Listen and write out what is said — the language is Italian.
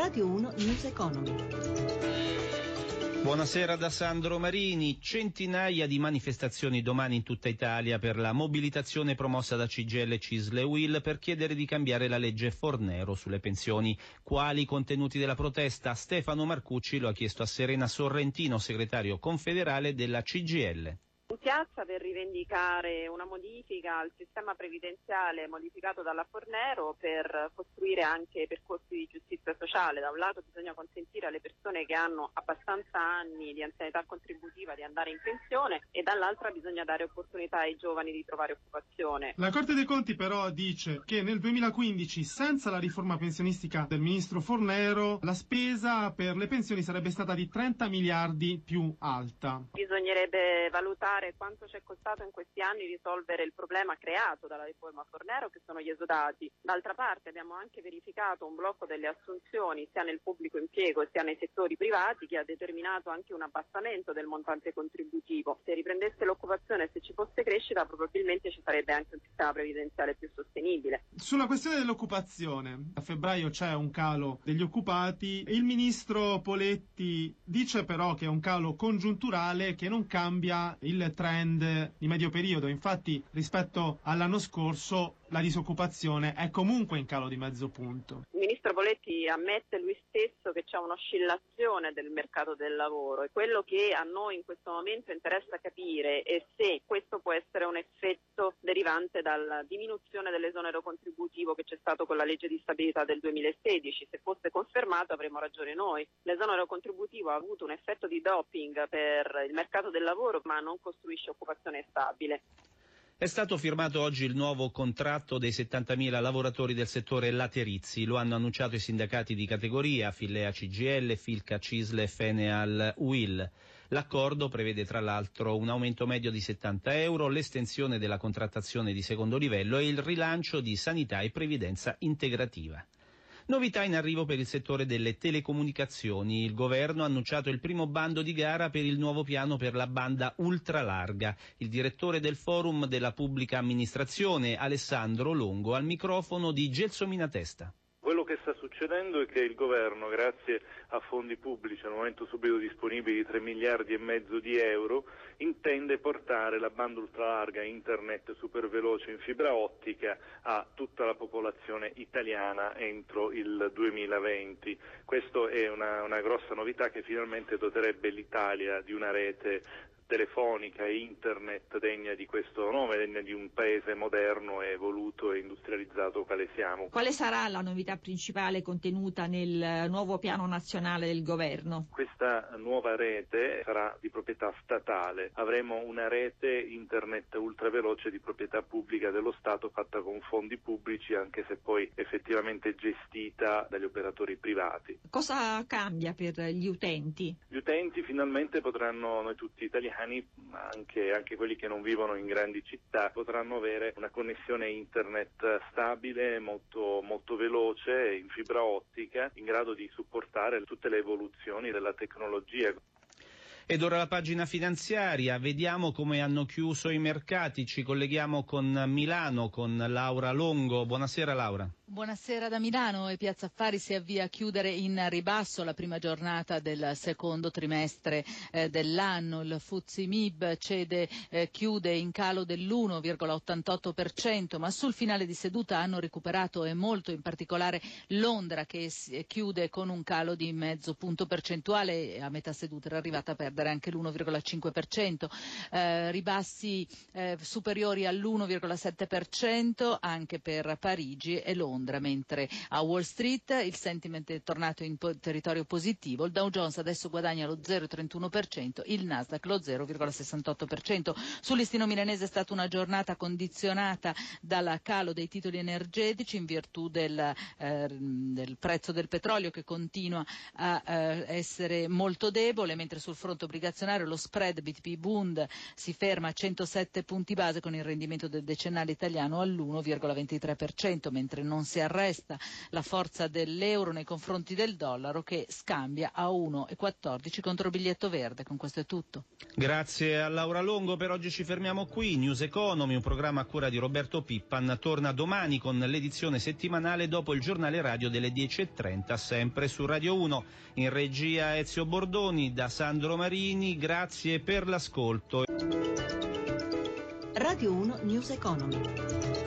Radio 1 News Economy. Buonasera da Sandro Marini. Centinaia di manifestazioni domani in tutta Italia per la mobilitazione promossa da CGIL, CISL e UIL per chiedere di cambiare la legge Fornero sulle pensioni. Quali i contenuti della protesta? Stefano Marcucci lo ha chiesto a Serena Sorrentino, segretario confederale della CGIL. In piazza per rivendicare una modifica al sistema previdenziale modificato dalla Fornero per costruire anche percorsi di giustizia sociale. Da un lato bisogna consentire alle persone che hanno abbastanza anni di anzianità contributiva di andare in pensione e dall'altra bisogna dare opportunità ai giovani di trovare occupazione. La Corte dei Conti però dice che nel 2015, senza la riforma pensionistica del ministro Fornero, la spesa per le pensioni sarebbe stata di 30 miliardi più alta. Bisognerebbe valutare quanto ci è costato in questi anni risolvere il problema creato dalla riforma Fornero, che sono gli esodati. D'altra parte abbiamo anche verificato un blocco delle assunzioni sia nel pubblico impiego sia nei settori privati che ha determinato anche un abbassamento del montante contributivo. Se riprendesse l'occupazione e se ci fosse crescita probabilmente ci sarebbe anche un sistema previdenziale più sostenibile. Sulla questione dell'occupazione, a febbraio c'è un calo degli occupati, il ministro Poletti dice però che è un calo congiunturale che non cambia il trend di medio periodo. Infatti rispetto all'anno scorso la disoccupazione è comunque in calo di mezzo punto. Il ministro Poletti ammette lui stesso che c'è un'oscillazione del mercato del lavoro e quello che a noi in questo momento interessa capire è se questo può essere un effetto derivante dalla diminuzione dell'esonero contributivo che c'è stato con la legge di stabilità del 2016. Se fosse confermato avremmo ragione noi. L'esonero contributivo ha avuto un effetto di doping per il mercato del lavoro ma non costruisce occupazione stabile. È stato firmato oggi il nuovo contratto dei 70.000 lavoratori del settore laterizi. Lo hanno annunciato i sindacati di categoria, Fillea CGIL, Filca CISL e Feneal UIL. L'accordo prevede tra l'altro un aumento medio di 70 euro, l'estensione della contrattazione di secondo livello e il rilancio di sanità e previdenza integrativa. Novità in arrivo per il settore delle telecomunicazioni. Il governo ha annunciato il primo bando di gara per il nuovo piano per la banda ultralarga. Il direttore del Forum della Pubblica Amministrazione, Alessandro Longo, al microfono di Gelsomina Testa. Quello che sta succedendo è che il governo, grazie a fondi pubblici al momento subito disponibili di 3 miliardi e mezzo di euro, intende portare la banda ultralarga internet super veloce in fibra ottica a tutta la popolazione italiana entro il 2020. Questa è una grossa novità che finalmente doterebbe l'Italia di una rete telefonica e internet degna di questo nome, degna di un paese moderno, evoluto e industrializzato quale siamo. Quale sarà la novità principale contenuta nel nuovo piano nazionale del governo? Questa nuova rete sarà di proprietà statale. Avremo una rete internet ultraveloce di proprietà pubblica dello Stato fatta con fondi pubblici, anche se poi effettivamente gestita dagli operatori privati. Cosa cambia per gli utenti? Gli utenti finalmente potranno, noi tutti italiani, ma anche quelli che non vivono in grandi città, potranno avere una connessione internet stabile, molto, molto veloce, in fibra ottica, in grado di supportare tutte le evoluzioni della tecnologia. Ed ora la pagina finanziaria, vediamo come hanno chiuso i mercati, ci colleghiamo con Milano, con Laura Longo. Buonasera Laura. Buonasera da Milano e Piazza Affari si avvia a chiudere in ribasso la prima giornata del secondo trimestre dell'anno. Il FTSE MIB chiude in calo dell'1,88%, ma sul finale di seduta hanno recuperato e molto, in particolare Londra che chiude con un calo di mezzo punto percentuale, a metà seduta era arrivata a perdere anche l'1,5%, ribassi superiori all'1,7% anche per Parigi e Londra, mentre a Wall Street il sentiment è tornato in territorio positivo. Il Dow Jones adesso guadagna lo 0,31%, il Nasdaq lo 0,68%. Sul listino milanese è stata una giornata condizionata dal calo dei titoli energetici in virtù del prezzo del petrolio che continua a essere molto debole, mentre sul fronte obbligazionario lo spread BTP Bund si ferma a 107 punti base con il rendimento del decennale italiano all'1,23%, mentre non si arresta la forza dell'euro nei confronti del dollaro, che scambia a 1,14 contro il biglietto verde. Con questo è tutto. Grazie a Laura Longo, per oggi ci fermiamo qui. News Economy, un programma a cura di Roberto Pippan, torna domani con l'edizione settimanale dopo il giornale radio delle 10:30, sempre su Radio 1. In regia Ezio Bordoni, da Sandro Marini, grazie per l'ascolto. Radio 1 News Economy.